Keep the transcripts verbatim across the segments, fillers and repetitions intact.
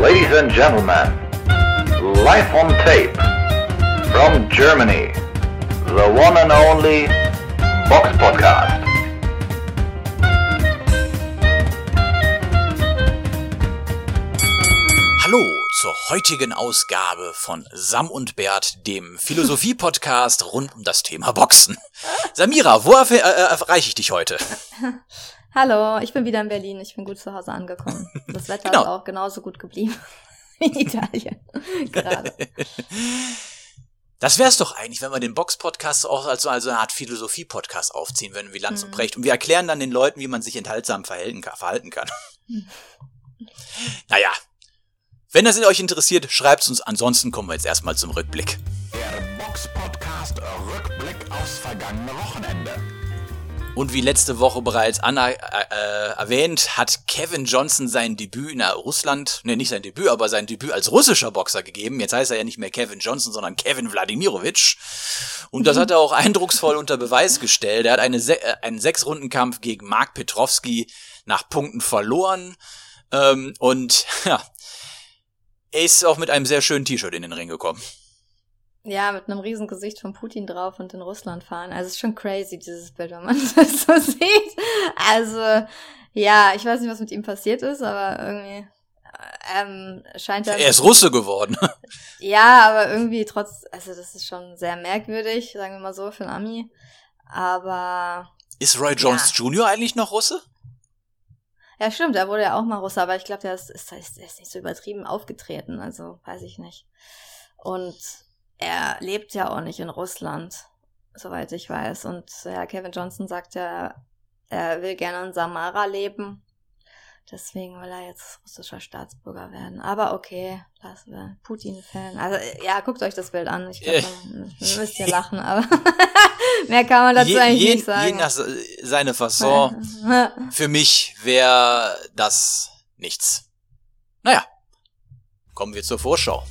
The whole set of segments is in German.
Ladies and gentlemen, live on tape from Germany, the one and only Box Podcast. Hallo zur heutigen Ausgabe von Sam und Bert, dem Philosophie-Podcast rund um das Thema Boxen. Samira, wo erf- äh, erreiche ich dich heute? Hallo, ich bin wieder in Berlin. Ich bin gut zu Hause angekommen. Das Wetter Genau. ist auch genauso gut geblieben wie in Italien gerade. Das wär's doch eigentlich, wenn wir den Box-Podcast auch als so als eine Art Philosophie-Podcast aufziehen würden, wie Lanz und Brecht. Und wir erklären dann den Leuten, wie man sich enthaltsam verhalten kann. Verhalten kann. Naja, wenn das in euch interessiert, schreibt's uns. Ansonsten kommen wir jetzt erstmal zum Rückblick. Der Box-Podcast Rückblick aufs vergangene Wochenende. Und wie letzte Woche bereits Anna äh, äh, erwähnt, hat Kevin Johnson sein Debüt in Russland, ne, nicht sein Debüt, aber sein Debüt als russischer Boxer gegeben. Jetzt heißt er ja nicht mehr Kevin Johnson, sondern Kevin Wladimirovich. Und das hat er auch eindrucksvoll unter Beweis gestellt. Er hat eine Se- äh, einen Sechs-Runden-Kampf gegen Mark Petrowski nach Punkten verloren. Ähm, und ja, er ist auch mit einem sehr schönen T-Shirt in den Ring gekommen. Ja, mit einem riesen Gesicht von Putin drauf und in Russland fahren. Also es ist schon crazy, dieses Bild, wenn man das so sieht. Also, ja, ich weiß nicht, was mit ihm passiert ist, aber irgendwie ähm, scheint er... Er ist Russe geworden. Ja, aber irgendwie trotz... Also das ist schon sehr merkwürdig, sagen wir mal so, für einen Ami. Aber... Ist Roy Jones Ja. Junior eigentlich noch Russe? Ja, stimmt, er wurde ja auch mal Russe, aber ich glaube, der ist, ist, ist, ist nicht so übertrieben aufgetreten, also weiß ich nicht. Und er lebt ja auch nicht in Russland, soweit ich weiß. Und ja, Kevin Johnson sagt ja, er will gerne in Samara leben. Deswegen will er jetzt russischer Staatsbürger werden. Aber okay, lassen wir Putin-Fan. Also ja, guckt euch das Bild an. Ich glaube, dann müsst ihr lachen, aber mehr kann man dazu Je, eigentlich je, nicht sagen. je nach seine Fasson. Für mich wäre das nichts. Naja, kommen wir zur Vorschau.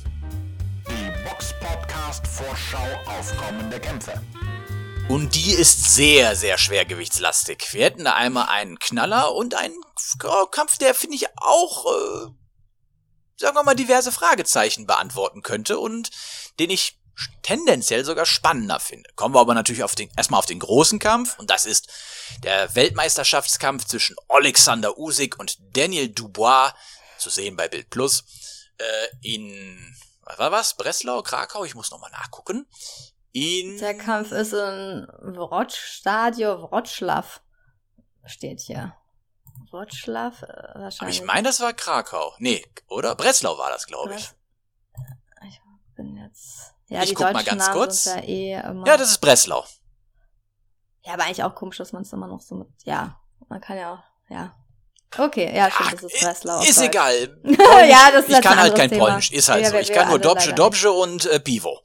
Die Box-Podcast-Vorschau auf kommende Kämpfe. Und die ist sehr, sehr schwergewichtslastig. Wir hätten da einmal einen Knaller und einen Kampf, der, finde ich, auch, äh, sagen wir mal, diverse Fragezeichen beantworten könnte und den ich tendenziell sogar spannender finde. Kommen wir aber natürlich auf den, erstmal auf den großen Kampf, und das ist der Weltmeisterschaftskampf zwischen Alexander Usyk und Daniel Dubois, zu sehen bei Bild Plus, äh, in, was war was? Breslau, Krakau? Ich muss nochmal nachgucken. In Der Kampf ist in Wrocław, Wrocław steht hier. Wrocław, äh, Aber wahrscheinlich. ich meine, das war Krakau. Nee, oder? Breslau war das, glaube ich. Ich bin jetzt... Ja, Ich die guck mal deutschen ganz Namen kurz. sind ja eh immer... Ja, das ist Breslau. Ja, aber eigentlich auch komisch, dass man es immer noch so mit... Ja, man kann ja auch... Ja. Okay, ja, stimmt, das ist Breslau. auf Ist Deutsch. egal. Ja, das ist Ich jetzt kann ein halt anderes kein Thema. Polnisch. Ist halt Ja, so. wir- Ich wir kann nur alle Dobsche, leider Dobsche und äh, Pivo.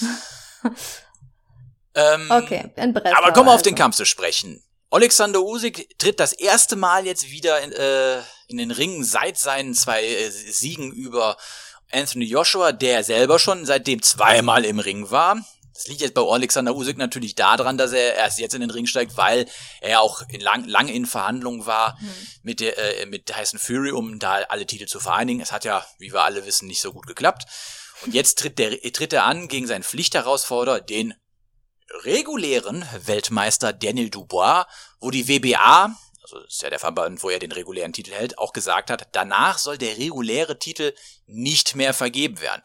ähm, Okay, in Breslau. Aber kommen wir auf also. den Kampf zu sprechen. Alexander Usyk tritt das erste Mal jetzt wieder in, äh, in den Ring seit seinen zwei äh, Siegen über Anthony Joshua, der selber schon seitdem zweimal im Ring war. Das liegt jetzt bei Alexander Usyk natürlich daran, dass er erst jetzt in den Ring steigt, weil er auch in lang, lange in Verhandlungen war Hm. mit der äh, mit Tyson Fury, um da alle Titel zu vereinigen. Es hat ja, wie wir alle wissen, nicht so gut geklappt. Und jetzt tritt, der, tritt er an gegen seinen Pflichtherausforderer, den regulären Weltmeister Daniel Dubois, wo die W B A, also das ist ja der Verband, wo er den regulären Titel hält, auch gesagt hat, danach soll der reguläre Titel nicht mehr vergeben werden.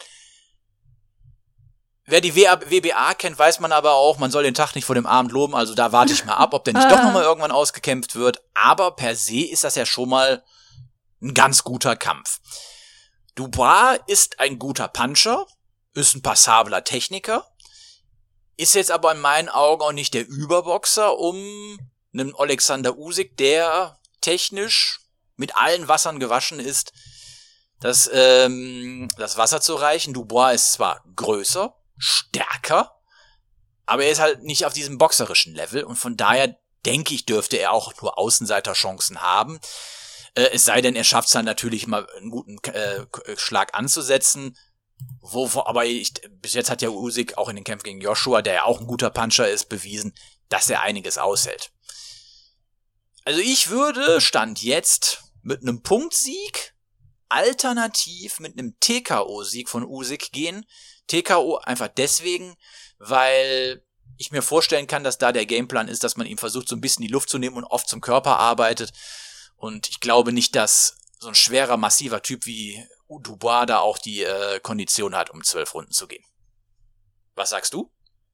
Wer die W B A kennt, weiß man aber auch, man soll den Tag nicht vor dem Abend loben, also da warte ich mal ab, ob der nicht doch nochmal irgendwann ausgekämpft wird. Aber per se ist das ja schon mal ein ganz guter Kampf. Dubois ist ein guter Puncher, ist ein passabler Techniker, ist jetzt aber in meinen Augen auch nicht der Überboxer, um einen Alexander Usyk, der technisch mit allen Wassern gewaschen ist, das, ähm, das Wasser zu reichen. Dubois ist zwar größer, stärker, aber er ist halt nicht auf diesem boxerischen Level und von daher denke ich, dürfte er auch nur Außenseiterchancen haben. Äh, es sei denn, er schafft es dann natürlich mal einen guten äh, Schlag anzusetzen. Wo, wo, aber ich, bis jetzt hat ja Usyk auch in den Kämpfen gegen Joshua, der ja auch ein guter Puncher ist, bewiesen, dass er einiges aushält. Also ich würde, Stand jetzt, mit einem Punktsieg alternativ mit einem T K O-Sieg von Usyk gehen. T K O einfach deswegen, weil ich mir vorstellen kann, dass da der Gameplan ist, dass man ihm versucht, so ein bisschen die Luft zu nehmen und oft zum Körper arbeitet. Und ich glaube nicht, dass so ein schwerer, massiver Typ wie Dubois da auch die äh, Kondition hat, um zwölf Runden zu gehen. Was sagst du?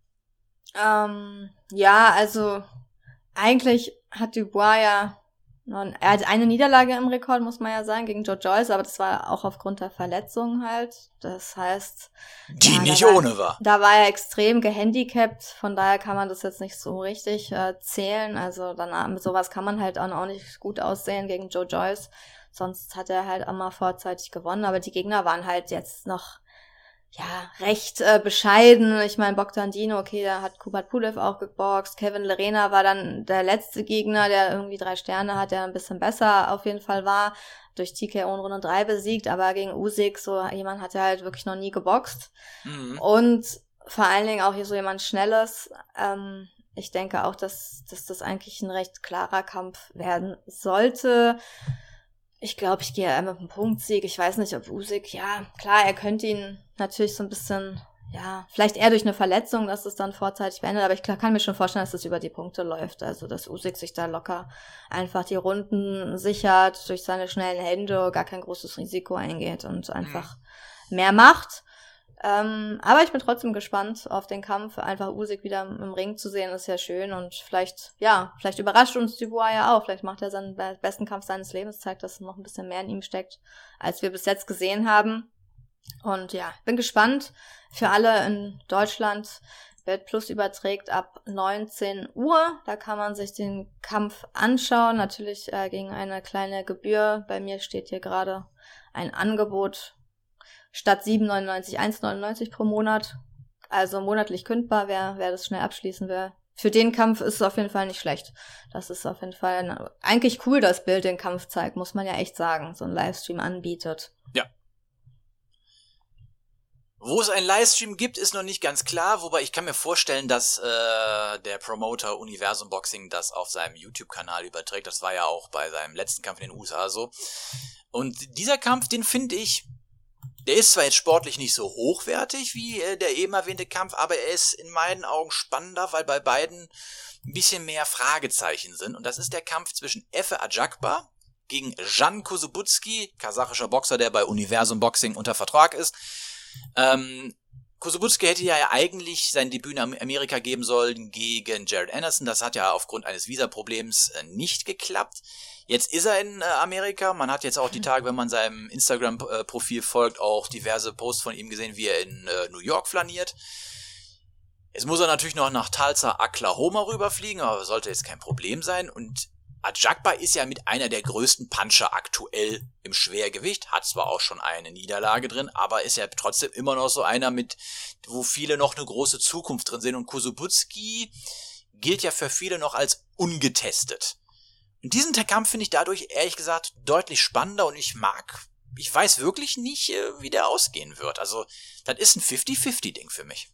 Ähm, ja, also eigentlich hat Dubois ja noch, er hat eine Niederlage im Rekord, muss man ja sagen, gegen Joe Joyce, aber das war auch aufgrund der Verletzung halt. Das heißt, die ja, nicht da war, ohne war. Da war er extrem gehandicapt, von daher kann man das jetzt nicht so richtig äh, zählen. Also danach, mit sowas kann man halt auch, auch nicht gut aussehen gegen Joe Joyce. Sonst hat er halt immer vorzeitig gewonnen, aber die Gegner waren halt jetzt noch ja, recht äh, bescheiden. Ich meine, Bogdan Dino, okay, da hat Kubrat Pulev auch geboxt. Kevin Lerena war dann der letzte Gegner, der irgendwie drei Sterne hat, der ein bisschen besser auf jeden Fall war. Durch T K O in Runde drei besiegt, aber gegen Usyk, so jemand hat er halt wirklich noch nie geboxt. Mhm. Und vor allen Dingen auch hier so jemand Schnelles. Ähm, ich denke auch, dass, dass das eigentlich ein recht klarer Kampf werden sollte. Ich glaube, ich gehe mit einem Punktsieg. Ich weiß nicht, ob Usyk, ja, klar, er könnte ihn natürlich so ein bisschen, ja, vielleicht eher durch eine Verletzung, dass es dann vorzeitig beendet, aber ich kann mir schon vorstellen, dass es über die Punkte läuft. Also, dass Usyk sich da locker einfach die Runden sichert, durch seine schnellen Hände gar kein großes Risiko eingeht und einfach mehr macht. Ähm, aber ich bin trotzdem gespannt auf den Kampf. Einfach Usyk wieder im Ring zu sehen, ist ja schön. Und vielleicht, ja, vielleicht überrascht uns Dubois ja auch. Vielleicht macht er seinen besten Kampf seines Lebens, zeigt, dass noch ein bisschen mehr in ihm steckt, als wir bis jetzt gesehen haben. Und ja, bin gespannt. Für alle in Deutschland wird Plus überträgt ab neunzehn Uhr. Da kann man sich den Kampf anschauen. Natürlich äh, gegen eine kleine Gebühr. Bei mir steht hier gerade ein Angebot statt sieben neunundneunzig, eins neunundneunzig pro Monat. Also monatlich kündbar, wer, wer das schnell abschließen will. Für den Kampf ist es auf jeden Fall nicht schlecht. Das ist auf jeden Fall ein, eigentlich cool, dass Bild den Kampf zeigt, muss man ja echt sagen. So ein Livestream anbietet. Ja. Wo es einen Livestream gibt, ist noch nicht ganz klar, wobei ich kann mir vorstellen, dass äh, der Promoter Universum Boxing das auf seinem YouTube-Kanal überträgt. Das war ja auch bei seinem letzten Kampf in den U S A so. Und dieser Kampf, den finde ich, der ist zwar jetzt sportlich nicht so hochwertig wie äh, der eben erwähnte Kampf, aber er ist in meinen Augen spannender, weil bei beiden ein bisschen mehr Fragezeichen sind. Und das ist der Kampf zwischen Efe Ajagba gegen Jan Kosubutski, kasachischer Boxer, der bei Universum Boxing unter Vertrag ist. Ähm, Kosubutski hätte ja eigentlich sein Debüt in Amerika geben sollen gegen Jared Anderson. Das hat ja aufgrund eines Visaproblems äh, nicht geklappt. Jetzt ist er in äh, Amerika. Man hat jetzt auch die Tage, wenn man seinem Instagram-Profil folgt, auch diverse Posts von ihm gesehen, wie er in äh, New York flaniert. Jetzt muss er natürlich noch nach Tulsa, Oklahoma rüberfliegen, aber sollte jetzt kein Problem sein. Und Ajagba ist ja mit einer der größten Puncher aktuell im Schwergewicht, hat zwar auch schon eine Niederlage drin, aber ist ja trotzdem immer noch so einer, mit wo viele noch eine große Zukunft drin sehen. Und Kosubutski gilt ja für viele noch als ungetestet. Und diesen Kampf finde ich dadurch, ehrlich gesagt, deutlich spannender und ich mag, ich weiß wirklich nicht, wie der ausgehen wird. Also, das ist ein fünfzig fünfzig Ding für mich.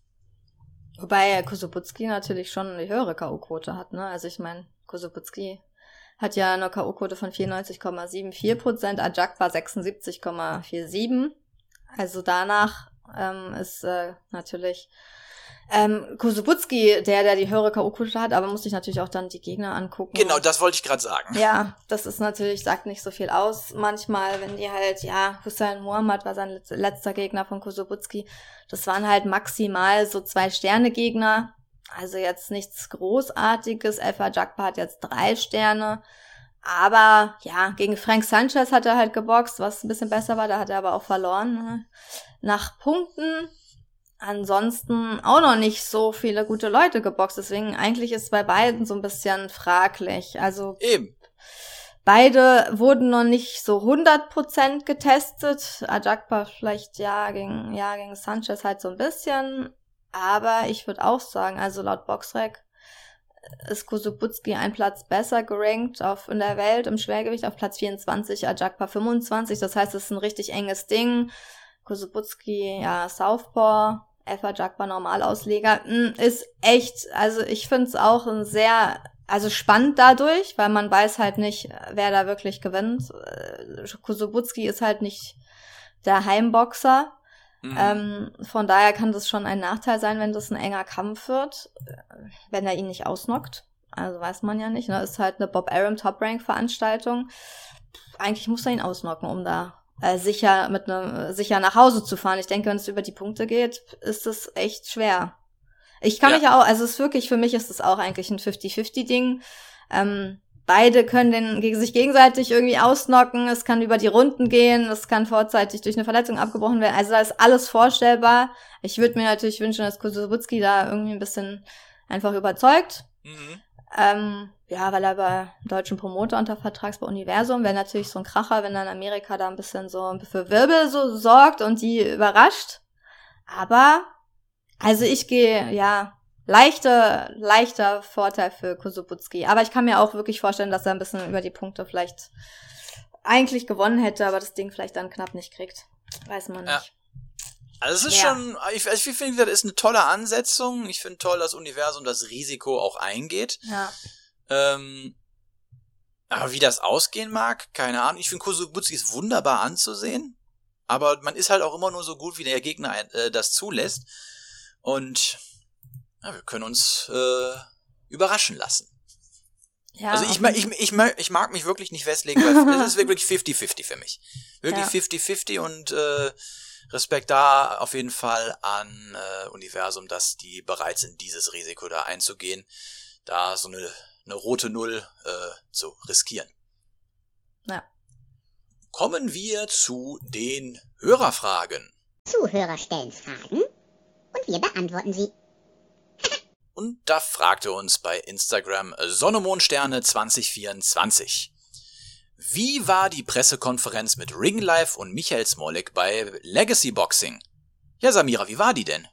Wobei Kosubutski natürlich schon eine höhere K O-Quote hat, ne? Also ich meine, Kosubutski hat ja eine K O-Quote von vierundneunzig Komma vierundsiebzig Prozent, Ajagba sechsundsiebzig Komma siebenundvierzig. Also danach ähm, ist äh, natürlich ähm, Kosubutski der, der die höhere K O-Quote hat, aber muss sich natürlich auch dann die Gegner angucken. Genau, das wollte ich gerade sagen. Ja, das ist natürlich, sagt nicht so viel aus. Manchmal, wenn die halt, ja, Hussein Muhammad war sein letzter Gegner von Kosubutski, das waren halt maximal so Zwei-Sterne-Gegner. Also jetzt nichts Großartiges. Efe Ajagba hat jetzt drei Sterne. Aber ja, gegen Frank Sanchez hat er halt geboxt, was ein bisschen besser war. Da hat er aber auch verloren. Ne? Nach Punkten. Ansonsten auch noch nicht so viele gute Leute geboxt. Deswegen eigentlich ist bei beiden so ein bisschen fraglich. Also eben. Beide wurden noch nicht so hundert Prozent getestet. Ajagba vielleicht ja gegen, ja gegen Sanchez halt so ein bisschen. Aber ich würde auch sagen, also laut Boxrec ist Kosubutski ein Platz besser gerankt auf, in der Welt im Schwergewicht auf Platz vierundzwanzig, Ajagba fünfundzwanzig. Das heißt, es ist ein richtig enges Ding. Kosubutski, ja, Southpaw, Efe Ajagba Normalausleger, ist echt, also ich finde es auch ein sehr also spannend dadurch, weil man weiß halt nicht, wer da wirklich gewinnt. Kossobutski ist halt nicht der Heimboxer. Mhm. Ähm, von daher kann das schon ein Nachteil sein, wenn das ein enger Kampf wird, wenn er ihn nicht ausnockt. Also weiß man ja nicht, ne? Ist halt eine Bob Arum Top-Rank-Veranstaltung. Eigentlich muss er ihn ausnocken, um da äh, sicher mit einem sicher nach Hause zu fahren. Ich denke, wenn es über die Punkte geht, ist es echt schwer. Ich kann ja. mich auch, also es ist wirklich, für mich ist es auch eigentlich ein fifty-fifty-Ding. Ähm, beide können den, gegen sich gegenseitig irgendwie ausnocken. Es kann über die Runden gehen. Es kann vorzeitig durch eine Verletzung abgebrochen werden. Also da ist alles vorstellbar. Ich würde mir natürlich wünschen, dass Kossobutski da irgendwie ein bisschen einfach überzeugt. Mhm. Ähm, ja, weil er bei deutschen Promoter unter Vertrag ist bei Universum. Wäre natürlich so ein Kracher, wenn dann Amerika da ein bisschen so für Wirbel so sorgt und die überrascht. Aber also ich gehe, ja, leichter, leichter Vorteil für Kossobutski. Aber ich kann mir auch wirklich vorstellen, dass er ein bisschen über die Punkte vielleicht eigentlich gewonnen hätte, aber das Ding vielleicht dann knapp nicht kriegt. Weiß man nicht. Ja. Also es ist ja. schon, ich, ich finde, das ist eine tolle Ansetzung. Ich finde toll, dass Universum das Risiko auch eingeht. Ja. Ähm, aber wie das ausgehen mag, keine Ahnung. Ich finde, Kossobutski ist wunderbar anzusehen. Aber man ist halt auch immer nur so gut, wie der Gegner äh, das zulässt. Und ja, wir können uns äh, überraschen lassen. Ja, also ich, ich, ich, ich, ich mag mich wirklich nicht festlegen, weil es ist wirklich fifty-fifty für mich. Wirklich ja. fifty-fifty und äh, Respekt da auf jeden Fall an äh, Universum, dass die bereit sind, dieses Risiko da einzugehen, da so eine, eine rote Null äh, zu riskieren. Ja. Kommen wir zu den Hörerfragen. Zuhörer stellen Fragen und wir beantworten sie. Und da fragte uns bei Instagram Sonne Mond Sterne zwanzig vierundzwanzig. Wie war die Pressekonferenz mit Ring Life und Michael Smolik bei Legacy Boxing? Ja, Samira, wie war die denn?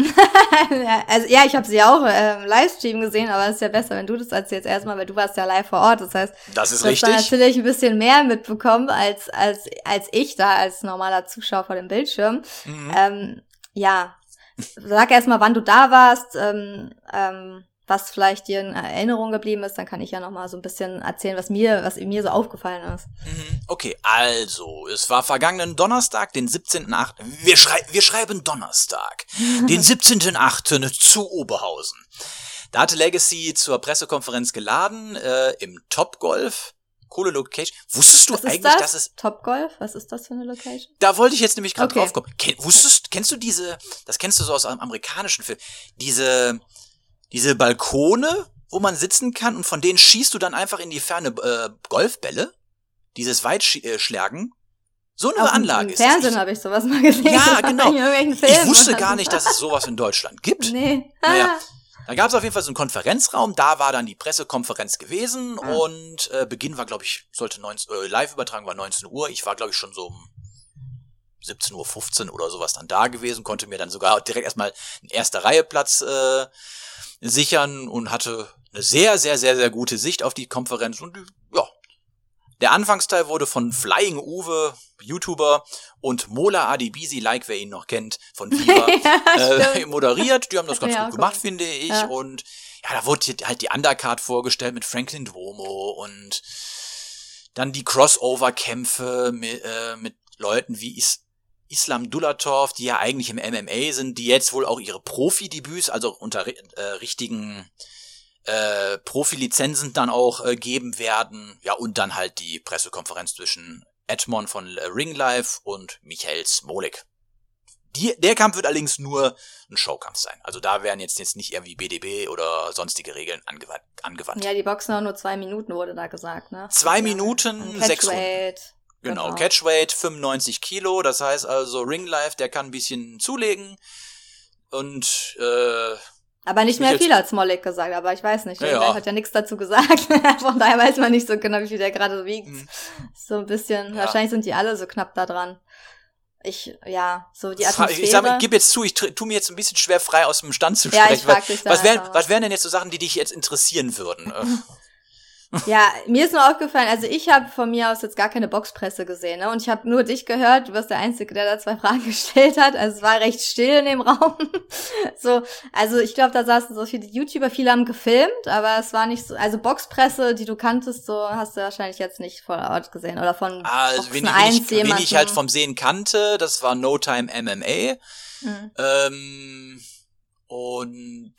Also ja, ich habe sie auch äh, im Livestream gesehen, aber es ist ja besser, wenn du das erzählst erstmal, weil du warst ja live vor Ort. Das heißt, das ist du richtig. hast da natürlich ein bisschen mehr mitbekommen als als als ich da als normaler Zuschauer vor dem Bildschirm. Mhm. Ähm, ja, sag erstmal, wann du da warst, ähm, ähm, was vielleicht dir in Erinnerung geblieben ist, dann kann ich ja noch mal so ein bisschen erzählen, was mir was mir so aufgefallen ist. Okay, also, es war vergangenen Donnerstag, den siebzehnten achten Wir, schrei- wir schreiben Donnerstag, den siebzehnten achten zu Oberhausen. Da hatte Legacy zur Pressekonferenz geladen, äh, im Topgolf. Coole Location. Wusstest du was eigentlich, das? dass es... Topgolf? Was ist das für eine Location? Da wollte ich jetzt nämlich gerade okay. drauf kommen. Ken, wusstest, kennst du diese, das kennst du so aus einem amerikanischen Film, diese... Diese Balkone, wo man sitzen kann und von denen schießt du dann einfach in die Ferne äh, Golfbälle. Dieses Weitschlägen. So eine Auf Anlage im ist das. Im Fernsehen habe ich sowas mal gesehen. Ja, genau. Ich wusste gar so. nicht, dass es sowas in Deutschland gibt. Nee. Naja, da gab es auf jeden Fall so einen Konferenzraum. Da war dann die Pressekonferenz gewesen. Mhm. Und äh, Beginn war, glaube ich, sollte neunzehn, äh, Live-Übertragen war neunzehn Uhr. Ich war, glaube ich, schon so um siebzehn Uhr fünfzehn oder sowas dann da gewesen. Konnte mir dann sogar direkt erstmal einen erste Reihe Platz äh, sichern und hatte eine sehr, sehr, sehr, sehr gute Sicht auf die Konferenz. Und ja, der Anfangsteil wurde von Flying Uwe, YouTuber, und Mola Adibisi, like wer ihn noch kennt, von Viva, ja, äh, moderiert. Die haben das ganz ja, gut gemacht, finde ich. Ja. Und ja, da wurde halt die Undercard vorgestellt mit Franklin Duomo und dann die Crossover-Kämpfe mit, äh, mit Leuten wie Is- Islam Dulatov, die ja eigentlich im M M A sind, die jetzt wohl auch ihre Profidebüts, also unter äh, richtigen äh, Profilizenzen dann auch äh, geben werden. Ja, und dann halt die Pressekonferenz zwischen Edmond von äh, Ring Life und Michael Smolik. Die, der Kampf wird allerdings nur ein Showkampf sein. Also da werden jetzt, jetzt nicht irgendwie B D B oder sonstige Regeln angewandt. angewandt. Ja, die boxen auch nur zwei Minuten, wurde da gesagt, ne? Zwei Minuten, sechs Runden. Genau, genau. Catchweight, fünfundneunzig Kilo, das heißt also Ring Life, der kann ein bisschen zulegen und äh, aber nicht mehr viel hat Smolik gesagt, aber ich weiß nicht, Ring ja. Life hat ja nichts dazu gesagt, von daher weiß man nicht so genau, wie viel der gerade wiegt. Hm. So ein bisschen, ja. Wahrscheinlich sind die alle so knapp da dran. Ich, ja, so die Atmosphäre. Ich, sag, ich gebe jetzt zu, ich tu mir jetzt ein bisschen schwer frei aus dem Stand zu sprechen. Ja, ich frag dich da was wären, was wären denn jetzt so Sachen, die dich jetzt interessieren würden? Ja, mir ist nur aufgefallen, also ich habe von mir aus jetzt gar keine Boxpresse gesehen, ne? Und ich habe nur dich gehört, du warst der Einzige, der da zwei Fragen gestellt hat. Also es war recht still in dem Raum. So, also ich glaube, da saßen so viele YouTuber, viele haben gefilmt, aber es war nicht so, also Boxpresse, die du kanntest, so hast du wahrscheinlich jetzt nicht vor Ort gesehen. Oder von Also Boxen wen, wen, eins ich, wen jemanden. ich halt vom Sehen kannte, das war No Time M M A. Mhm. Ähm, und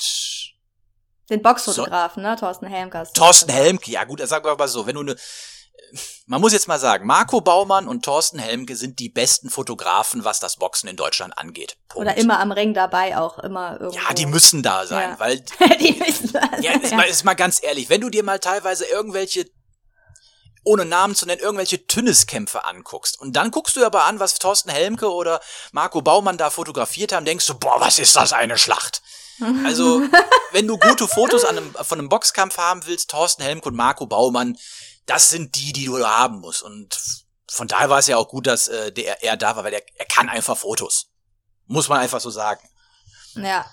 Den Boxfotografen, so, ne? Thorsten Helmke. Thorsten Helmke, ja gut, sag mal so, wenn du ne, man muss jetzt mal sagen, Marco Baumann und Thorsten Helmke sind die besten Fotografen, was das Boxen in Deutschland angeht. Punkt. Oder immer am Ring dabei auch, immer irgendwo. Ja, die müssen da sein, ja. weil die müssen da sein. Ja, ist, ja. Mal, ist mal ganz ehrlich, wenn du dir mal teilweise irgendwelche, ohne Namen zu nennen, irgendwelche Tünniskämpfe anguckst und dann guckst du aber an, was Thorsten Helmke oder Marco Baumann da fotografiert haben, denkst du, boah, was ist das eine Schlacht? Also, wenn du gute Fotos an einem, von einem Boxkampf haben willst, Thorsten Helmke und Marco Baumann, das sind die, die du haben musst. Und von daher war es ja auch gut, dass äh, der, er da war, weil er, er kann einfach Fotos. Muss man einfach so sagen. Ja.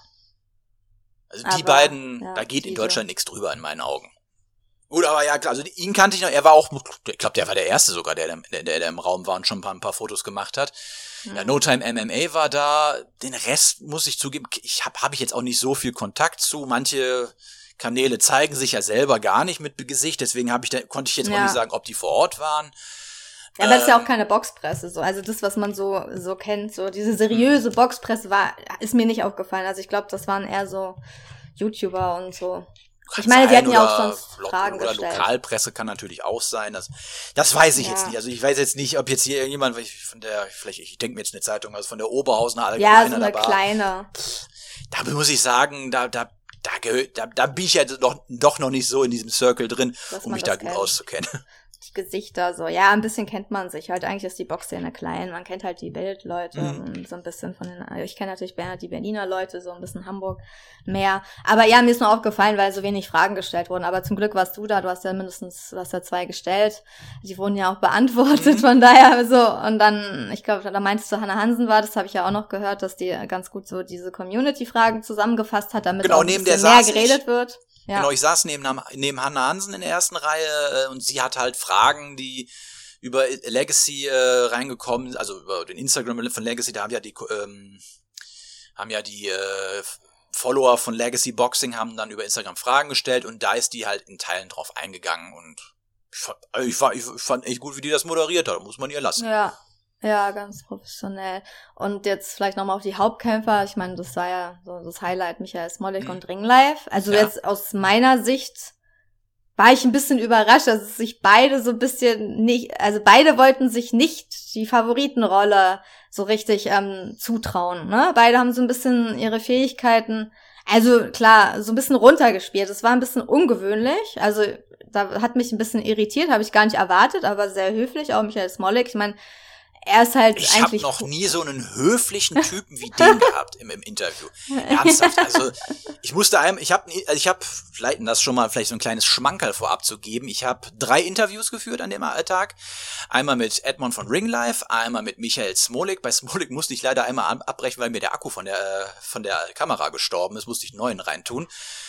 Also die aber, beiden, ja, da geht diese. in Deutschland nichts drüber in meinen Augen. Gut, aber ja, klar, also ihn kannte ich noch, er war auch, ich glaube, der war der Erste sogar, der, der, der im Raum war und schon ein paar, ein paar Fotos gemacht hat. Mhm. Ja, No Time M M A war da, den Rest muss ich zugeben, ich habe hab ich jetzt auch nicht so viel Kontakt zu, manche Kanäle zeigen sich ja selber gar nicht mit Gesicht, deswegen habe ich da, konnte ich jetzt ja. auch nicht sagen, ob die vor Ort waren. Ja, aber das ist ja auch keine Boxpresse, so. Also das, was man so, so kennt, so diese seriöse Boxpresse war, ist mir nicht aufgefallen. Also ich glaube, das waren eher so YouTuber und so. Ich meine, die hatten ja auch sonst Lo- Fragen oder gestellt. Lokalpresse kann natürlich auch sein. Das, das weiß ich Ja. jetzt nicht. Also ich weiß jetzt nicht, ob jetzt hier irgendjemand von der, vielleicht, ich denke mir jetzt eine Zeitung, also von der Oberhausener Ja, Allgemeine. so eine da war, kleine. Da muss ich sagen, da, da, da, gehö- da, da bin ich ja doch, doch noch nicht so in diesem Circle drin, Dass um man mich da das gut kennt. auszukennen. Die Gesichter so. Ja, ein bisschen kennt man sich halt. Eigentlich ist die Boxszene klein. Man kennt halt die Bildleute Mhm. so ein bisschen von den, ich kenne natürlich mehr die Berliner Leute, so ein bisschen Hamburg mehr. Aber ja, mir ist nur aufgefallen, weil so wenig Fragen gestellt wurden. Aber zum Glück warst du da. Du hast ja mindestens, du hast ja zwei gestellt. Die wurden ja auch beantwortet, Mhm. von daher so. Und dann, ich glaube, da meintest du, Hannah Hansen war, das habe ich ja auch noch gehört, dass die ganz gut so diese Community-Fragen zusammengefasst hat, damit Genau, auch ein neben bisschen der mehr saß ich. geredet wird. Ja. Genau, ich saß neben, neben Hannah Hansen in der ersten Reihe äh, und sie hat halt Fragen, die über Legacy äh, reingekommen, also über den Instagram von Legacy, da haben ja die ähm, haben ja die äh, Follower von Legacy Boxing haben dann über Instagram Fragen gestellt und da ist die halt in Teilen drauf eingegangen und ich fand, also ich, fand, ich fand echt gut, wie die das moderiert hat, muss man ihr lassen. Ja, ja, ganz professionell. Und jetzt vielleicht nochmal auf die Hauptkämpfer. Ich meine, das war ja so das Highlight, Michael Smolik Mhm. und Ringlife. Also Ja. jetzt aus meiner Sicht war ich ein bisschen überrascht, dass es sich beide so ein bisschen nicht, also beide wollten sich nicht die Favoritenrolle so richtig ähm, zutrauen, ne? Beide haben so ein bisschen ihre Fähigkeiten, also klar, so ein bisschen runtergespielt. Es war ein bisschen ungewöhnlich, also da hat mich ein bisschen irritiert, habe ich gar nicht erwartet, aber sehr höflich, auch Michael Smolik. Ich meine, er ist halt Ich habe eigentlich noch nie so einen höflichen Typen wie den gehabt im, im Interview. Ernsthaft. Also ich musste einem, ich habe, also ich habe, vielleicht das schon mal vielleicht so ein kleines Schmankerl vorab zu geben. Ich habe drei Interviews geführt an dem Tag. Einmal mit Edmond von Ringlife, einmal mit Michael Smolik. Bei Smolik musste ich leider einmal abbrechen, weil mir der Akku von der äh, von der Kamera gestorben ist. Musste ich einen neuen reintun.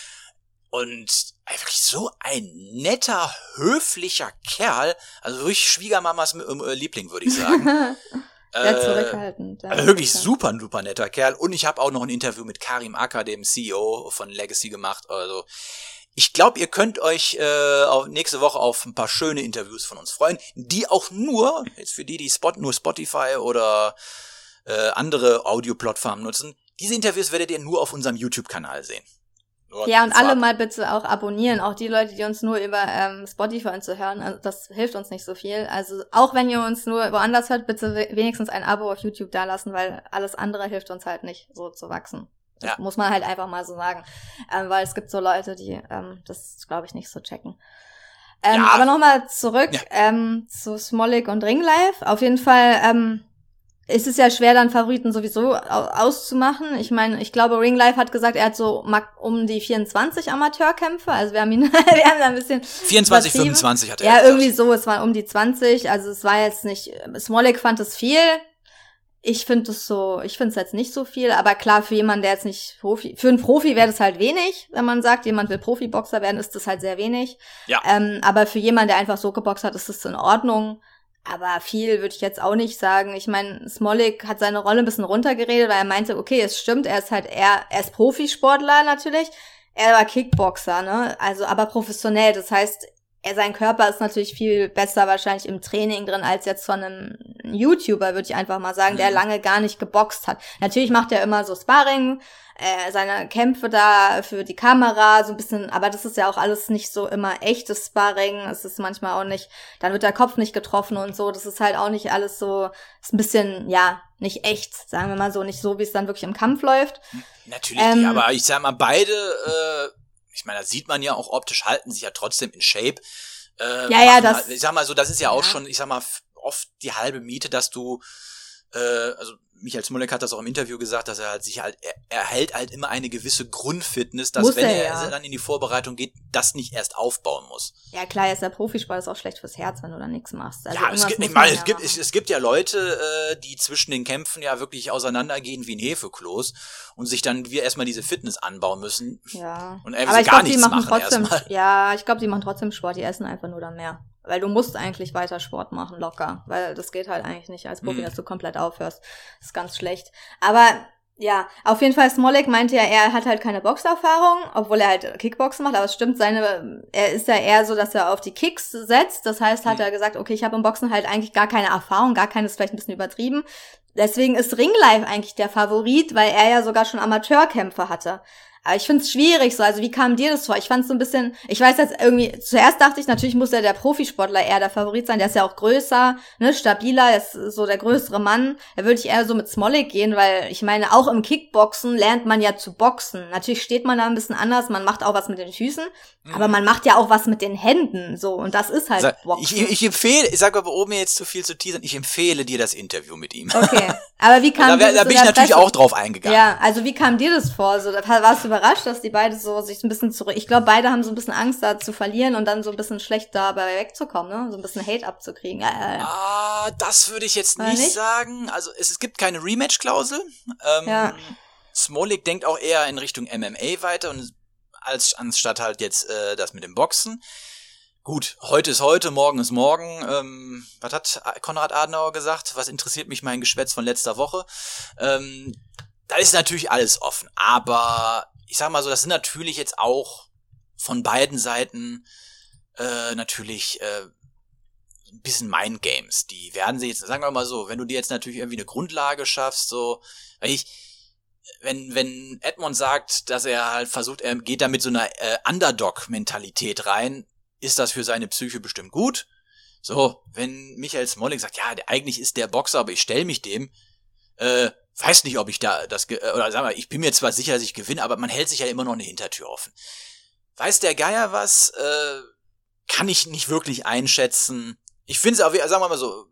Und wirklich so ein netter, höflicher Kerl, also wirklich Schwiegermamas äh, Liebling, würde ich sagen. sehr äh, zurückhaltend. Ja. also wirklich super, super netter Kerl. Und ich habe auch noch ein Interview mit Karim Acker, dem C E O von Legacy, gemacht. Also ich glaube, ihr könnt euch äh, auf nächste Woche auf ein paar schöne Interviews von uns freuen, die auch nur, jetzt für die, die Spot, nur Spotify oder äh, andere Audio-Plattformen nutzen, diese Interviews werdet ihr nur auf unserem YouTube-Kanal sehen. Nur Ja, und vorab. alle mal bitte auch abonnieren, auch die Leute, die uns nur über ähm, Spotify und so hören, also das hilft uns nicht so viel. Also auch wenn ihr uns nur woanders hört, bitte we- wenigstens ein Abo auf YouTube dalassen, weil alles andere hilft uns halt nicht, so zu wachsen. Das Ja. muss man halt einfach mal so sagen, ähm, weil es gibt so Leute, die ähm, das, glaube ich, nicht so checken. Ähm, Ja. Aber nochmal zurück Ja. ähm, zu Smolik und Ringlife. Auf jeden Fall ähm, ist es ja schwer, dann Favoriten sowieso au- auszumachen. Ich meine, ich glaube, Ringlife hat gesagt, er hat so mag- um die vierundzwanzig Amateurkämpfe. Also wir haben ihn, wir haben da ein bisschen vierundzwanzig, übertrieben. fünfundzwanzig hat er Ja, gesagt. irgendwie so, es war um die zwanzig. Also es war jetzt nicht, Smolik fand es viel. ich finde es so, ich finde es jetzt nicht so viel, aber klar, für jemanden, der jetzt nicht Profi, für einen Profi wäre das halt wenig, wenn man sagt, jemand will Profiboxer werden, ist das halt sehr wenig. Ja. Ähm, aber für jemanden, der einfach so geboxt hat, ist das in Ordnung. Aber viel würde ich jetzt auch nicht sagen. Ich meine, Smolik hat seine Rolle ein bisschen runtergeredet, weil er meinte, okay, es stimmt, er ist halt eher, er ist Profisportler natürlich, er war Kickboxer, ne, also aber professionell, das heißt, er, sein Körper ist natürlich viel besser wahrscheinlich im Training drin als jetzt von einem YouTuber, würde ich einfach mal sagen, der lange gar nicht geboxt hat. Natürlich macht er immer so Sparring, äh, seine Kämpfe da für die Kamera, so ein bisschen, aber das ist ja auch alles nicht so immer echtes Sparring, es ist manchmal auch nicht, dann wird der Kopf nicht getroffen und so, das ist halt auch nicht alles so, ist ein bisschen, ja, nicht echt, sagen wir mal so, nicht so, wie es dann wirklich im Kampf läuft. Natürlich, Ähm, nicht, aber ich sag mal, beide, äh, ich meine, da sieht man ja auch optisch, halten sich ja trotzdem in Shape. Äh, Ja, ja, das- halt, ich sag mal so, das ist ja auch Ja. schon, ich sag mal, f- oft die halbe Miete, dass du, äh, also Michael Smolik hat das auch im Interview gesagt, dass er halt sich halt, er, er hält halt immer eine gewisse Grundfitness, dass Muss wenn er, er ja. dann in die Vorbereitung geht, das nicht erst aufbauen muss. Ja, klar, ist der Profisport, ist auch schlecht fürs Herz, wenn du da nichts machst. Also ja, es irgendwas gibt, muss ich man meine, ja es gibt, machen. es, es gibt ja Leute, äh, die zwischen den Kämpfen ja wirklich auseinandergehen wie ein Hefekloß und sich dann wir erstmal diese Fitness anbauen müssen. Ja. Und einfach Aber so ich gar glaube, die nichts machen machen trotzdem, erstmal. ja, ich glaube, die machen trotzdem Sport, die essen einfach nur dann mehr. Weil du musst eigentlich weiter Sport machen, locker. Weil das geht halt eigentlich nicht als Profi, Mhm. dass du komplett aufhörst. Das ist ganz schlecht. Aber, ja, auf jeden Fall, Smolik meinte ja, er hat halt keine Boxerfahrung, obwohl er halt Kickboxen macht, aber es stimmt, seine, er ist ja eher so, dass er auf die Kicks setzt. Das heißt, hat Mhm. er gesagt, okay, ich habe im Boxen halt eigentlich gar keine Erfahrung, gar keine ist vielleicht ein bisschen übertrieben. Deswegen ist Ringlife eigentlich der Favorit, weil er ja sogar schon Amateurkämpfe hatte. Aber ich find's schwierig so, also wie kam dir das vor? Ich fand's so ein bisschen, ich weiß jetzt irgendwie, zuerst dachte ich, natürlich muss ja der Profisportler eher der Favorit sein, der ist ja auch größer, ne, stabiler, er ist so der größere Mann. Da würde ich eher so mit Smolik gehen, weil ich meine, auch im Kickboxen lernt man ja zu boxen. Natürlich steht man da ein bisschen anders, man macht auch was mit den Füßen, aber man macht ja auch was mit den Händen, so, und das ist halt Sag- Boxen. Ich, ich empfehle, ich sage aber, ohne jetzt zu viel zu teasern, ich empfehle dir das Interview mit ihm. Okay, aber wie kam Da, wär, dir das da so bin ich der natürlich Presse- auch drauf eingegangen. Ja, also wie kam dir das vor? So, da- warst du überrascht, dass die beide so sich ein bisschen zurück... Ich glaube, beide haben so ein bisschen Angst, da zu verlieren und dann so ein bisschen schlecht dabei wegzukommen, ne? So ein bisschen Hate abzukriegen. Äh, äh. Ah, das würde ich jetzt Oder nicht, nicht? sagen. Also es, es gibt keine Rematch-Klausel. Ähm, Ja. Smolik denkt auch eher in Richtung M M A weiter und als anstatt halt jetzt äh, das mit dem Boxen. Gut, heute ist heute, morgen ist morgen. Ähm, was hat Konrad Adenauer gesagt? Was interessiert mich mein Geschwätz von letzter Woche? Ähm, da ist natürlich alles offen. Aber ich sag mal so, das sind natürlich jetzt auch von beiden Seiten äh, natürlich äh, ein bisschen Mindgames. Die werden sie jetzt, sagen wir mal so, wenn du dir jetzt natürlich irgendwie eine Grundlage schaffst, so, weil ich, wenn, wenn Edmond sagt, dass er halt versucht, er geht da mit so einer äh, Underdog-Mentalität rein, ist das für seine Psyche bestimmt gut. So, wenn Michael Smolik sagt, ja, der, eigentlich ist der Boxer, aber ich stelle mich dem, äh, weiß nicht, ob ich da das, ge- oder sagen wir, ich bin mir zwar sicher, dass ich gewinne, aber man hält sich ja immer noch eine Hintertür offen. Weiß der Geier was, äh, kann ich nicht wirklich einschätzen. Ich finde es auch, sagen wir mal so,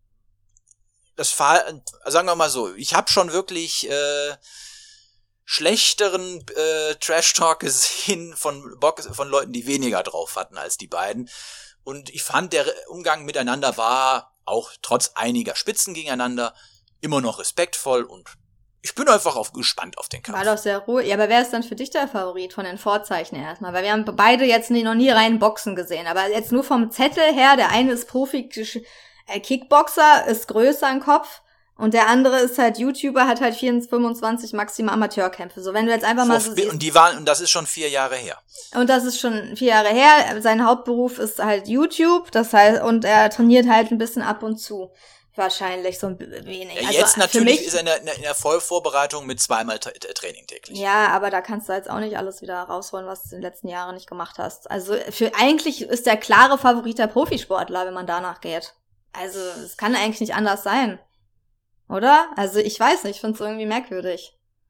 das Verhalten, sagen wir mal so, ich habe schon wirklich äh, schlechteren äh, Trash-Talk gesehen von Box, von Leuten, die weniger drauf hatten als die beiden. Und ich fand, der Umgang miteinander war auch trotz einiger Spitzen gegeneinander immer noch respektvoll und ich bin einfach auf, gespannt auf den Kampf. War doch sehr ruhig. Ja, aber wer ist dann für dich der Favorit von den Vorzeichen erstmal? Weil wir haben beide jetzt nie, noch nie rein Boxen gesehen. Aber jetzt nur vom Zettel her, der eine ist Profi äh, Kickboxer, ist größer im Kopf. Und der andere ist halt YouTuber, hat halt vierundzwanzig, fünfundzwanzig maximal Amateurkämpfe. So, wenn du jetzt einfach mal so siehst. Und die waren, und das ist schon vier Jahre her. Und das ist schon vier Jahre her. Sein Hauptberuf ist halt YouTube. Das heißt, und er trainiert halt ein bisschen ab und zu. Wahrscheinlich so ein wenig. Ja, also jetzt für natürlich mich, ist er in der, in der Vollvorbereitung mit zweimal Tra- Training täglich. Ja, aber da kannst du jetzt auch nicht alles wieder rausholen, was du in den letzten Jahren nicht gemacht hast. Also für eigentlich ist der klare Favorit der Profisportler, wenn man danach geht. Also es kann eigentlich nicht anders sein. Oder? Also ich weiß nicht, ich finde es irgendwie merkwürdig.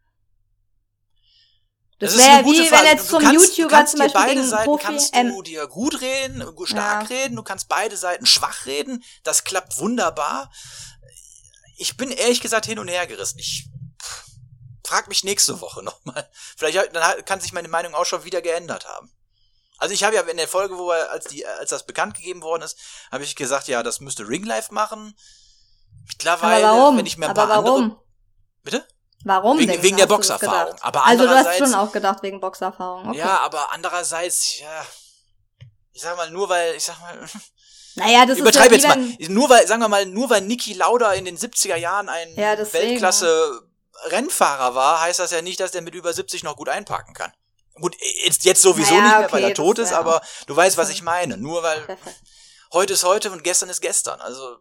Das, Das ist wäre eine gute wie Frage. wenn jetzt Du zum kannst, YouTuber du kannst zum dir Beispiel beide gegen Seiten Profi, kannst du ähm, dir gut reden, stark Ja. reden, du kannst beide Seiten schwach reden, das klappt wunderbar. Ich bin ehrlich gesagt hin und her gerissen. Ich pff, frag mich nächste Woche nochmal. Vielleicht dann kann sich meine Meinung auch schon wieder geändert haben. Also ich habe ja in der Folge, wo er, als die, als das bekannt gegeben worden ist, habe ich gesagt, ja, das müsste Ringlife machen. Mittlerweile, Aber warum? wenn ich mir ein Aber paar warum? andere... Bitte? Warum? Wegen, denkst wegen du, der hast du das Boxerfahrung. gedacht? Aber Also du hast andererseits, schon auch gedacht wegen Boxerfahrung. Okay. Ja, aber andererseits, ja, ich sag mal, nur weil, ich sag mal, Naja, das übertreibe ist ja jetzt mal, nur weil, sagen wir mal, nur weil Niki Lauda in den siebziger Jahren ein Ja, deswegen. Weltklasse-Rennfahrer war, heißt das ja nicht, dass der mit über siebzig noch gut einparken kann. Gut, jetzt, jetzt sowieso Naja, nicht mehr, weil okay, er tot das ist, wär aber auch- du weißt, was ich meine. Nur weil Perfekt. heute ist heute und gestern ist gestern. Also,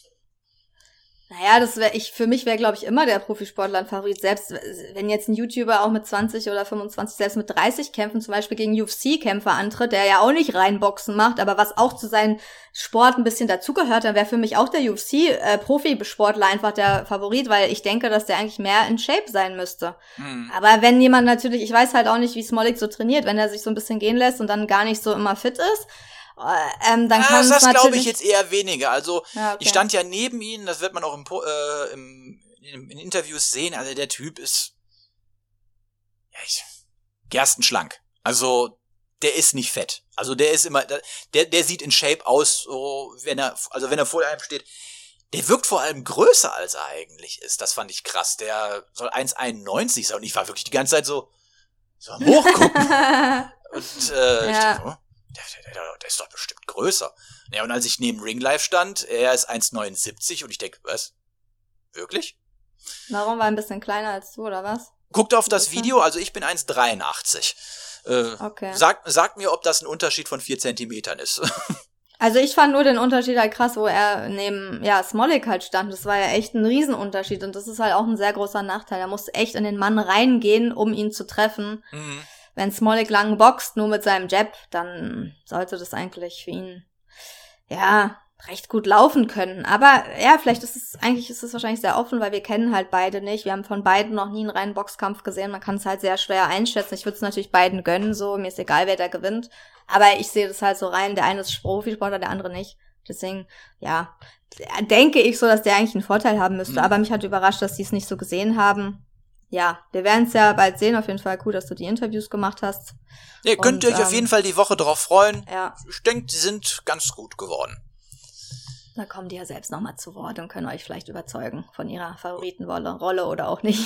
Naja, das wäre ich, für mich wäre, glaube ich, immer der Profisportler ein Favorit. Selbst wenn jetzt ein YouTuber auch mit zwanzig oder fünfundzwanzig, selbst mit dreißig Kämpfen zum Beispiel gegen U F C-Kämpfer antritt, der ja auch nicht rein Boxen macht, aber was auch zu seinem Sport ein bisschen dazugehört, dann wäre für mich auch der U F C-Profisportler einfach der Favorit, weil ich denke, dass der eigentlich mehr in Shape sein müsste. hm. Aber wenn jemand natürlich, ich weiß halt auch nicht, wie Smolik so trainiert, wenn er sich so ein bisschen gehen lässt und dann gar nicht so immer fit ist, ähm, dann Ah, kann es das natürlich... glaube ich jetzt eher weniger. Also, Ja, okay. ich stand ja neben ihm, das wird man auch im, Po- äh, im, in, in Interviews sehen. Also, der Typ ist ja, ich, gerstenschlank. Also, der ist nicht fett. Also, der ist immer, der, der sieht in Shape aus, so, wenn er, also, wenn er vor einem steht. Der wirkt vor allem größer, als er eigentlich ist. Das fand ich krass. Der soll eins Komma einundneunzig sein und ich war wirklich die ganze Zeit so, so am Hochgucken. Und, äh, ich Ja. dachte, oh, der, der, der, der ist doch bestimmt größer. Ja, und als ich neben Ringlife stand, er ist eins Komma neunundsiebzig und ich denke, was? Wirklich? Warum war er ein bisschen kleiner als du, oder was? Guckt auf das Okay. Video, also ich bin eins Komma dreiundachtzig. Äh, Okay. sagt, sagt mir, ob das ein Unterschied von vier Zentimetern ist. Also ich fand nur den Unterschied halt krass, wo er neben, ja, Smolik halt stand. Das war ja echt ein Riesenunterschied und das ist halt auch ein sehr großer Nachteil. Er musste echt in den Mann reingehen, um ihn zu treffen. mhm. Wenn Smolik lang boxt, nur mit seinem Jab, dann sollte das eigentlich für ihn, ja, recht gut laufen können. Aber ja, vielleicht ist es, eigentlich ist es wahrscheinlich sehr offen, weil wir kennen halt beide nicht. Wir haben von beiden noch nie einen reinen Boxkampf gesehen. Man kann es halt sehr schwer einschätzen. Ich würde es natürlich beiden gönnen, so. Mir ist egal, wer da gewinnt. Aber ich sehe das halt so rein. Der eine ist Profisportler, der andere nicht. Deswegen, ja, denke ich so, dass der eigentlich einen Vorteil haben müsste. Mhm. Aber mich hat überrascht, dass die es nicht so gesehen haben. Ja, wir werden es ja bald sehen. Auf jeden Fall cool, dass du die Interviews gemacht hast. Ja, könnt ihr Und, euch auf ähm, jeden Fall die Woche drauf freuen. Ja, Ich denke, die sind ganz gut geworden. da kommen die ja selbst nochmal zu Wort und können euch vielleicht überzeugen von ihrer Favoritenrolle Rolle oder auch nicht.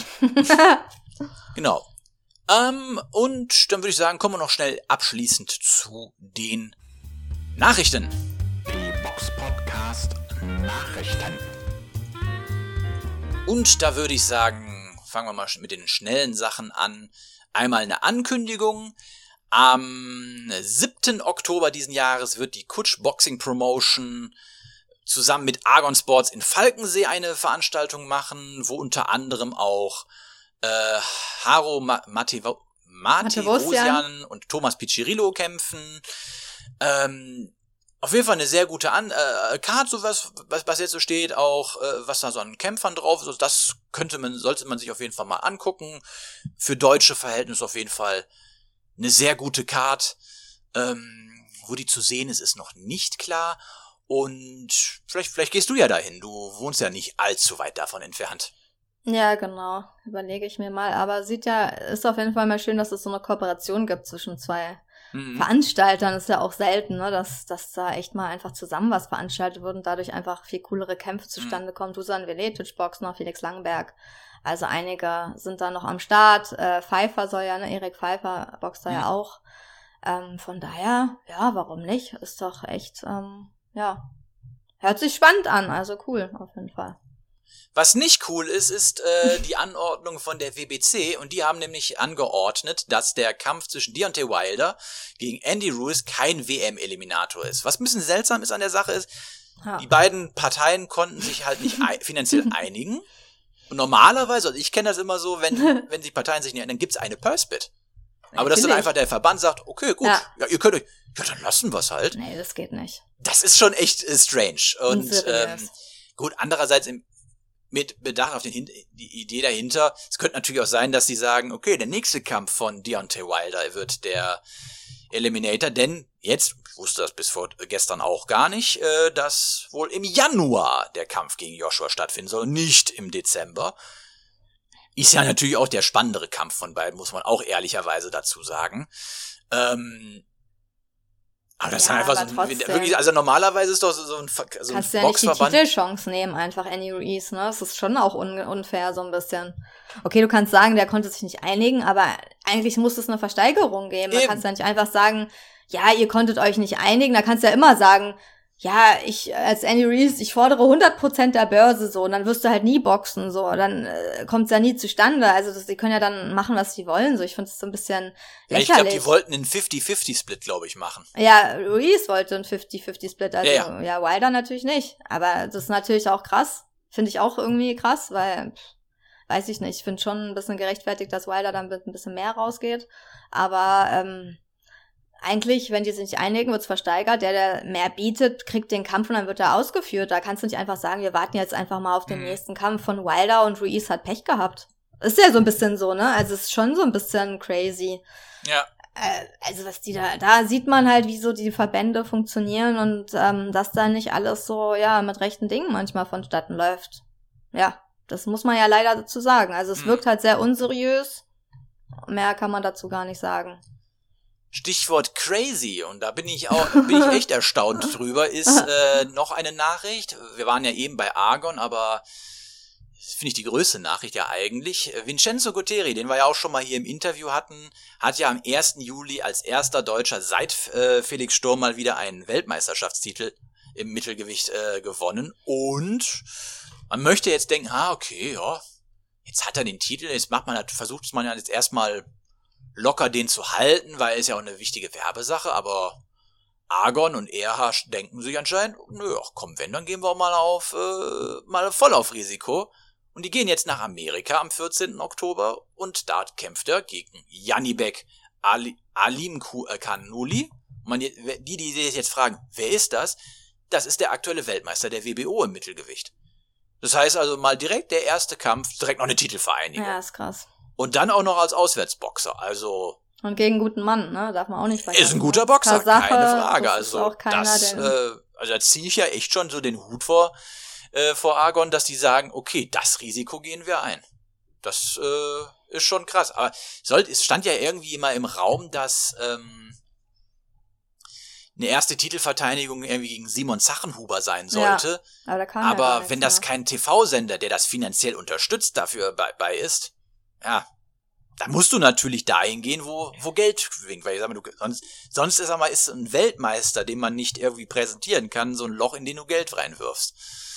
Genau. Ähm, und dann würde ich sagen, kommen wir noch schnell abschließend zu den Nachrichten. Die Box Podcast Nachrichten. Und da würde ich sagen, fangen wir mal mit den schnellen Sachen an. Einmal eine Ankündigung. Am siebten Oktober diesen Jahres wird die Kutsch Boxing Promotion zusammen mit Argon Sports in Falkensee eine Veranstaltung machen, wo unter anderem auch äh, Haro Ma- Matevo- Matevosian und Thomas Piccirillo kämpfen. Ähm, auf jeden Fall eine sehr gute An äh, Card, so was, was, was jetzt so steht, auch äh, was da so an Kämpfern drauf ist. Also das könnte man, sollte man sich auf jeden Fall mal angucken. Für deutsche Verhältnisse auf jeden Fall eine sehr gute Card. Ähm, wo die zu sehen ist, ist noch nicht klar. Und vielleicht, vielleicht gehst du ja dahin. Du wohnst ja nicht allzu weit davon entfernt. Ja, genau. Überlege ich mir mal. Aber sieht ja, ist auf jeden Fall mal schön, dass es so eine Kooperation gibt zwischen zwei Mhm. Veranstaltern. Ist ja auch selten, ne, dass, dass da echt mal einfach zusammen was veranstaltet wird und dadurch einfach viel coolere Kämpfe zustande kommen. Dusan Veletic Box noch, Felix Langenberg. Also einige sind da noch am Start. Äh, Pfeiffer soll ja, ne, Erik Pfeiffer boxt da Mhm. ja auch. Ähm, von daher, ja, warum nicht? Ist doch echt, ähm, ja, hört sich spannend an. Also cool, auf jeden Fall. Was nicht cool ist, ist äh, die Anordnung von der W B C und die haben nämlich angeordnet, dass der Kampf zwischen Deontay Wilder gegen Andy Ruiz kein W M-Eliminator ist. Was ein bisschen seltsam ist an der Sache ist, Ja. die beiden Parteien konnten sich halt nicht ei- finanziell einigen. Und normalerweise, also ich kenne das immer so, wenn wenn die Parteien sich nicht einigen, dann gibt's eine Purse-Bid. Aber dass dann Natürlich. einfach der Verband sagt, okay, gut, ja. Ja. ihr könnt euch, ja, dann lassen wir's halt. Nee, das geht nicht. Das ist schon echt äh, strange. Und Unseriös. ähm, gut, andererseits im, mit Bedacht auf den, Hin- die Idee dahinter, es könnte natürlich auch sein, dass sie sagen, okay, der nächste Kampf von Deontay Wilder wird der Eliminator, denn jetzt, ich wusste das bis vor gestern auch gar nicht, äh, dass wohl im Januar der Kampf gegen Joshua stattfinden soll, nicht im Dezember. Ist ja natürlich auch der spannendere Kampf von beiden, muss man auch ehrlicherweise dazu sagen. Ähm, Aber das Ja, ist einfach aber so ein, trotzdem. wirklich, also normalerweise ist doch so so ein, Ver- so ein Kannst du ja nicht die Boxverband. Titelchance nehmen, einfach Andy Ruiz, ne? Das ist schon auch un- unfair, so ein bisschen. Okay, du kannst sagen, der konnte sich nicht einigen, aber eigentlich muss es eine Versteigerung geben. Da Eben. kannst du ja nicht einfach sagen, ja, ihr konntet euch nicht einigen. Da kannst du ja immer sagen, ja, ich als Andy Ruiz, ich fordere hundert Prozent der Börse so, und dann wirst du halt nie boxen, so, dann äh, kommt es ja nie zustande. Also das, die können ja dann machen, was sie wollen, so. Ich finde es so ein bisschen Ja, ich lächerlich. glaube, die wollten einen fifty fifty Split, glaube ich, machen. Ja, Ruiz wollte einen fifty fifty Split, also Ja, ja, ja. Wilder natürlich nicht. Aber das ist natürlich auch krass. Finde ich auch irgendwie krass, weil, pff, weiß ich nicht, ich finde schon ein bisschen gerechtfertigt, dass Wilder dann mit ein bisschen mehr rausgeht. Aber ähm, eigentlich, wenn die sich nicht einigen, wird's versteigert. Der, der mehr bietet, kriegt den Kampf und dann wird er ausgeführt. Da kannst du nicht einfach sagen, wir warten jetzt einfach mal auf den Mhm. nächsten Kampf von Wilder und Ruiz hat Pech gehabt. Ist ja so ein bisschen so, ne? Also es ist schon so ein bisschen crazy. Ja. Äh, also was die da, da sieht man halt, wie so die Verbände funktionieren und ähm, dass da nicht alles so, ja, mit rechten Dingen manchmal vonstatten läuft. Ja, das muss man ja leider dazu sagen. Also es Hm. wirkt halt sehr unseriös. Mehr kann man dazu gar nicht sagen. Stichwort crazy, und da bin ich auch, bin ich echt erstaunt drüber, ist äh, noch eine Nachricht. Wir waren ja eben bei Argon, aber das finde ich die größte Nachricht ja eigentlich. Vincenzo Guerrieri, den wir ja auch schon mal hier im Interview hatten, hat ja am ersten Juli als erster Deutscher seit äh, Felix Sturm mal wieder einen Weltmeisterschaftstitel im Mittelgewicht äh, gewonnen. Und man möchte jetzt denken, ah, okay, ja, jetzt hat er den Titel, jetzt macht man, versucht man ja jetzt erstmal locker den zu halten, weil ist ja auch eine wichtige Werbesache, aber Argon und E R H denken sich anscheinend, nö, ach komm, wenn, dann gehen wir mal auf, äh, mal voll auf Risiko. Und die gehen jetzt nach Amerika am vierzehnten Oktober und da kämpft er gegen Janibek Ali, Alim Kanuli. Man, die, die sich jetzt fragen, wer ist das? Das ist der aktuelle Weltmeister der W B O im Mittelgewicht. Das heißt also mal direkt der erste Kampf, direkt noch eine Titelvereinigung. Ja, ist krass. Und dann auch noch als Auswärtsboxer, also Und gegen einen guten Mann, ne? Darf man auch nicht vergessen. ist ein guter Boxer, Tatsache, keine Frage. das Also ist auch keiner, das, der- äh, also da ziehe ich ja echt schon so den Hut vor äh, vor Argon, dass die sagen, okay, das Risiko gehen wir ein. Das äh, ist schon krass. Aber soll, es stand ja irgendwie immer im Raum, dass ähm, eine erste Titelverteidigung irgendwie gegen Simon Zachenhuber sein sollte. Ja, aber da kam ja gar Aber nichts wenn das mehr. kein T V-Sender, der das finanziell unterstützt, dafür bei, bei ist, ja, da musst du natürlich dahin gehen, wo, wo Geld winkt. Weil ich sag mal, du, sonst, sonst ist, sag mal, ist ein Weltmeister, den man nicht irgendwie präsentieren kann, so ein Loch, in den du Geld reinwirfst.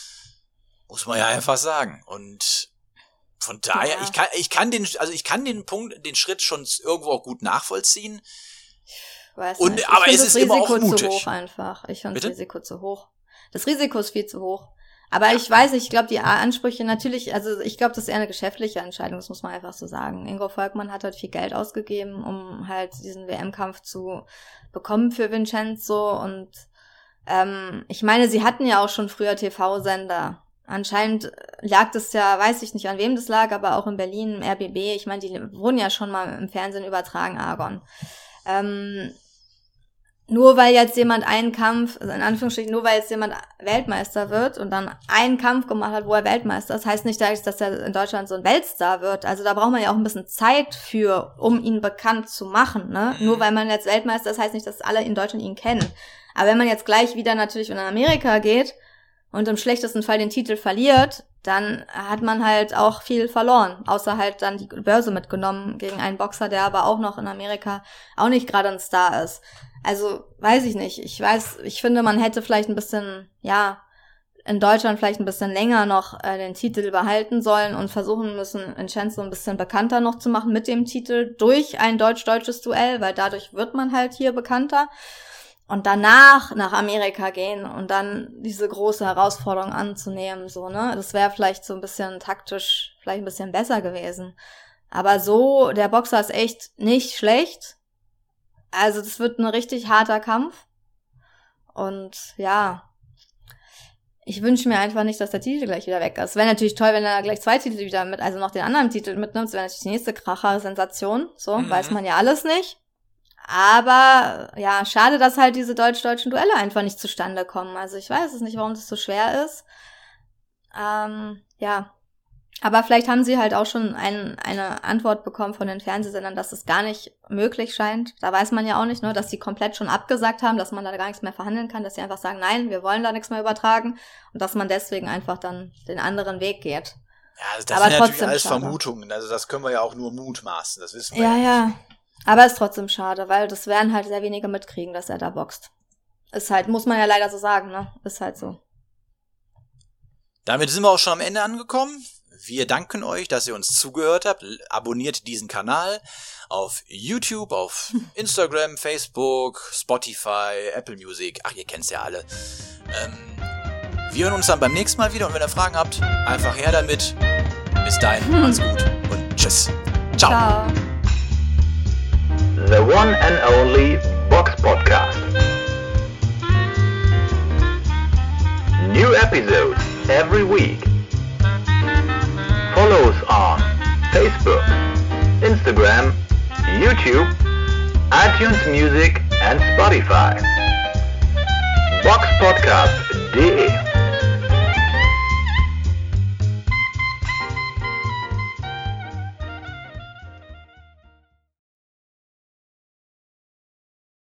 Muss man ja einfach sagen. Und von daher, Ja. ich kann, ich kann den, also ich kann den Punkt, den Schritt schon irgendwo auch gut nachvollziehen. Weiß Und- nicht. Ich aber find es das ist immer Risiko auch mutig. zu hoch einfach. Ich finde das Bitte? Risiko zu hoch. Das Risiko ist viel zu hoch. Aber ich weiß nicht, ich glaube, die Ansprüche natürlich, also ich glaube, das ist eher eine geschäftliche Entscheidung, das muss man einfach so sagen. Ingo Volkmann hat halt viel Geld ausgegeben, um halt diesen W M-Kampf zu bekommen für Vincenzo. Und ähm, ich meine, sie hatten ja auch schon früher T V-Sender. Anscheinend lag das ja, weiß ich nicht, an wem das lag, aber auch in Berlin im R B B. Ich meine, die wurden ja schon mal im Fernsehen übertragen, Argon. Ähm, nur weil jetzt jemand einen Kampf, also in Anführungsstrichen, nur weil jetzt jemand Weltmeister wird und dann einen Kampf gemacht hat, wo er Weltmeister ist, heißt nicht, dass er in Deutschland so ein Weltstar wird. Also da braucht man ja auch ein bisschen Zeit für, um ihn bekannt zu machen, ne? Mhm. Nur weil man jetzt Weltmeister ist, heißt nicht, dass alle in Deutschland ihn kennen. Aber wenn man jetzt gleich wieder natürlich in Amerika geht und im schlechtesten Fall den Titel verliert, dann hat man halt auch viel verloren, außer halt dann die Börse mitgenommen gegen einen Boxer, der aber auch noch in Amerika auch nicht gerade ein Star ist. Also, weiß ich nicht. Ich weiß, ich finde, man hätte vielleicht ein bisschen, ja, in Deutschland vielleicht ein bisschen länger noch äh, den Titel behalten sollen und versuchen müssen, Vincenzo ein bisschen bekannter noch zu machen mit dem Titel durch ein deutsch-deutsches Duell, weil dadurch wird man halt hier bekannter. Und danach nach Amerika gehen und dann diese große Herausforderung anzunehmen, so, ne? Das wäre vielleicht so ein bisschen taktisch, vielleicht ein bisschen besser gewesen. Aber so, der Boxer ist echt nicht schlecht. Also das wird ein richtig harter Kampf. Und ja, ich wünsche mir einfach nicht, dass der Titel gleich wieder weg ist. Wäre natürlich toll, wenn er gleich zwei Titel wieder mit, also noch den anderen Titel mitnimmt. Das wäre natürlich die nächste Kracher-Sensation. So, Mhm. weiß man ja alles nicht. Aber ja, schade, dass halt diese deutsch-deutschen Duelle einfach nicht zustande kommen. Also ich weiß es nicht, warum das so schwer ist. Ähm, ja, Aber vielleicht haben sie halt auch schon ein, eine Antwort bekommen von den Fernsehsendern, dass es gar nicht möglich scheint. Da weiß man ja auch nicht, ne, dass sie komplett schon abgesagt haben, dass man da gar nichts mehr verhandeln kann, dass sie einfach sagen, nein, wir wollen da nichts mehr übertragen und dass man deswegen einfach dann den anderen Weg geht. Ja, also das Aber sind natürlich trotzdem alles schade. Vermutungen. Also das können wir ja auch nur mutmaßen, das wissen wir Ja, nicht. ja. Aber ist trotzdem schade, weil das werden halt sehr wenige mitkriegen, dass er da boxt. Ist halt, muss man ja leider so sagen, ne? Ist halt so. Damit sind wir auch schon am Ende angekommen. Wir danken euch, dass ihr uns zugehört habt. Abonniert diesen Kanal auf YouTube, auf Instagram, Facebook, Spotify, Apple Music. Ach, ihr kennt's ja alle. Ähm, wir hören uns dann beim nächsten Mal wieder. Und wenn ihr Fragen habt, einfach her damit. Bis dahin, macht's gut und tschüss. Ciao. Ciao. The one and only Box Podcast. New episodes every week. Follow us on Facebook, Instagram, YouTube, iTunes Music and Spotify. box podcast punkt de